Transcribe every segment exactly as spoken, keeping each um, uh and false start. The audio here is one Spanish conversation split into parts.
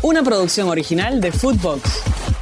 Una producción original de Footbox.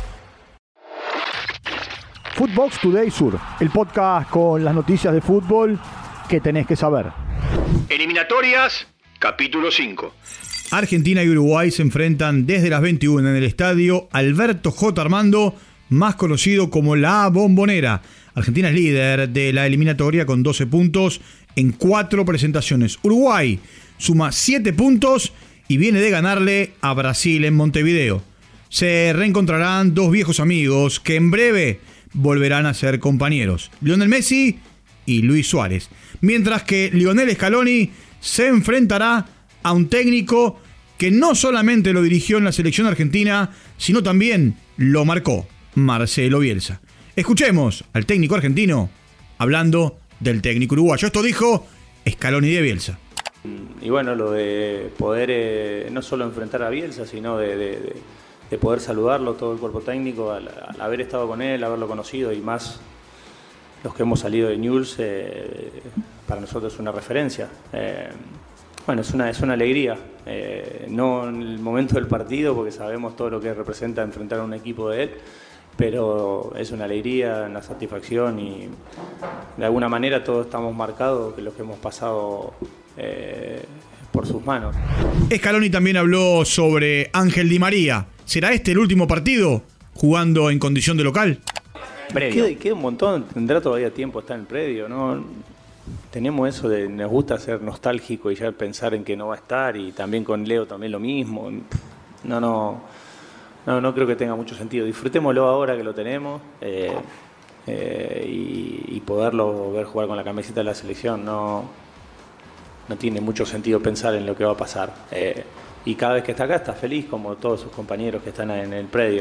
Footbox Today Sur, el podcast con las noticias de fútbol que tenés que saber. Eliminatorias, capítulo cinco. Argentina y Uruguay se enfrentan desde las veintiuna en el estadio Alberto J. Armando, más conocido como la Bombonera. Argentina es líder de la eliminatoria con doce puntos en cuatro presentaciones. Uruguay suma siete puntos y viene de ganarle a Brasil en Montevideo. Se reencontrarán dos viejos amigos que en breve volverán a ser compañeros, Lionel Messi y Luis Suárez. Mientras que Lionel Scaloni se enfrentará a un técnico que no solamente lo dirigió en la selección argentina, sino también lo marcó, Marcelo Bielsa. Escuchemos al técnico argentino hablando del técnico uruguayo. Esto dijo Scaloni de Bielsa. Y bueno, lo de poder eh, no solo enfrentar a Bielsa, sino de, de, de, de poder saludarlo, todo el cuerpo técnico, al, al haber estado con él, haberlo conocido y más los que hemos salido de Newell's, eh, para nosotros es una referencia. Eh, bueno, es una, es una alegría, eh, no en el momento del partido, porque sabemos todo lo que representa enfrentar a un equipo de él, pero es una alegría, una satisfacción y de alguna manera todos estamos marcados que los que hemos pasado eh, por sus manos. Scaloni también habló sobre Ángel Di María. ¿Será este el último partido jugando en condición de local? Queda, queda un montón, tendrá todavía tiempo, está en el predio, ¿no? Tenemos eso de, nos gusta ser nostálgico y ya pensar en que no va a estar, y también con Leo también lo mismo. No, no, no, no creo que tenga mucho sentido. Disfrutémoslo ahora que lo tenemos eh, eh, y, y poderlo ver jugar con la camiseta de la selección. No, no tiene mucho sentido pensar en lo que va a pasar. Eh, y cada vez que está acá está feliz, como todos sus compañeros que están en el predio.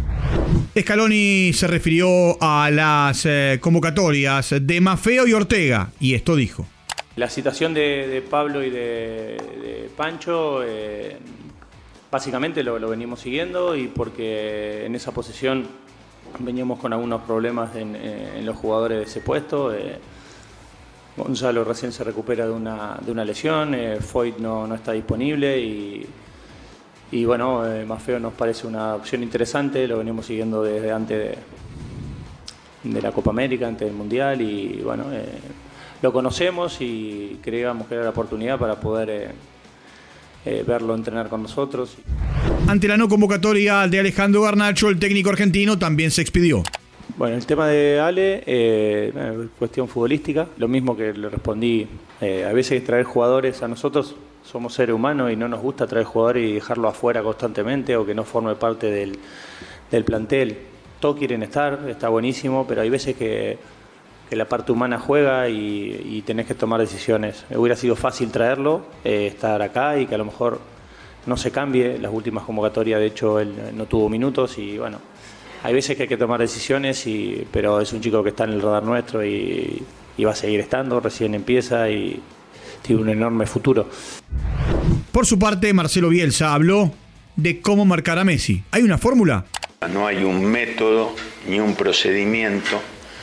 Scaloni se refirió a las eh, convocatorias de Maffeo y Ortega, y esto dijo. La situación de, de Pablo y de, de Pancho, eh, básicamente lo, lo venimos siguiendo, y porque en esa posición veníamos con algunos problemas en, en los jugadores de ese puesto. Eh, Gonzalo recién se recupera de una, de una lesión, eh, Foyt no, no está disponible y... Y bueno, eh, Maffeo nos parece una opción interesante, lo venimos siguiendo desde antes de, de la Copa América, antes del Mundial, y bueno, eh, lo conocemos y creíamos que era la oportunidad para poder eh, eh, verlo entrenar con nosotros. Ante la no convocatoria de Alejandro Garnacho, el técnico argentino también se expidió. Bueno, el tema de Ale, eh, cuestión futbolística, lo mismo que le respondí, eh, a veces traer jugadores a nosotros. Somos seres humanos y no nos gusta traer jugadores y dejarlo afuera constantemente o que no forme parte del, del plantel. Todos quieren estar, está buenísimo, pero hay veces que, que la parte humana juega y, y tenés que tomar decisiones. Hubiera sido fácil traerlo, eh, estar acá y que a lo mejor no se cambie. Las últimas convocatorias, de hecho, él no tuvo minutos y bueno, hay veces que hay que tomar decisiones, y, pero es un chico que está en el radar nuestro y, y va a seguir estando, recién empieza y tiene un enorme futuro. Por su parte, Marcelo Bielsa habló de cómo marcar a Messi. ¿Hay una fórmula? No hay un método ni un procedimiento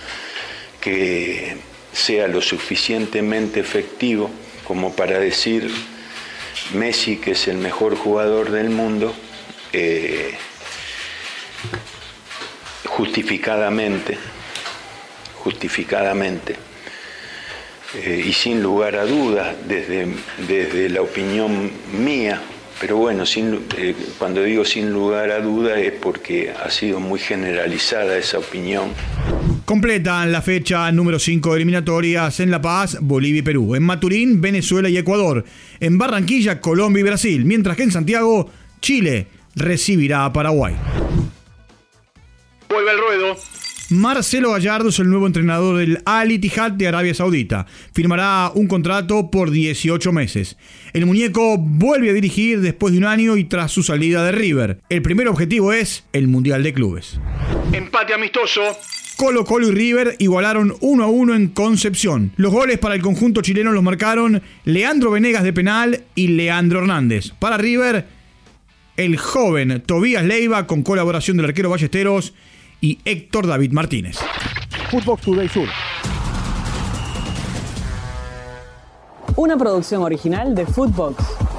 que sea lo suficientemente efectivo como para decir Messi, que es el mejor jugador del mundo, eh, justificadamente, justificadamente. Eh, y sin lugar a dudas, desde, desde la opinión mía, pero bueno, sin, eh, cuando digo sin lugar a dudas es porque ha sido muy generalizada esa opinión. Completan la fecha número cinco de eliminatorias en La Paz, Bolivia y Perú. En Maturín, Venezuela y Ecuador. En Barranquilla, Colombia y Brasil. Mientras que en Santiago, Chile recibirá a Paraguay. Vuelve al ruedo. Marcelo Gallardo es el nuevo entrenador del Al Ittihad de Arabia Saudita. Firmará un contrato por dieciocho meses. El muñeco vuelve a dirigir después de un año y tras su salida de River. El primer objetivo es el Mundial de Clubes. Empate amistoso. Colo Colo y River igualaron uno a uno en Concepción. Los goles para el conjunto chileno los marcaron Leandro Venegas de penal y Leandro Hernández. Para River, el joven Tobías Leiva con colaboración del arquero Ballesteros y Héctor David Martínez. Footbox Today Sur. Una producción original de Footbox.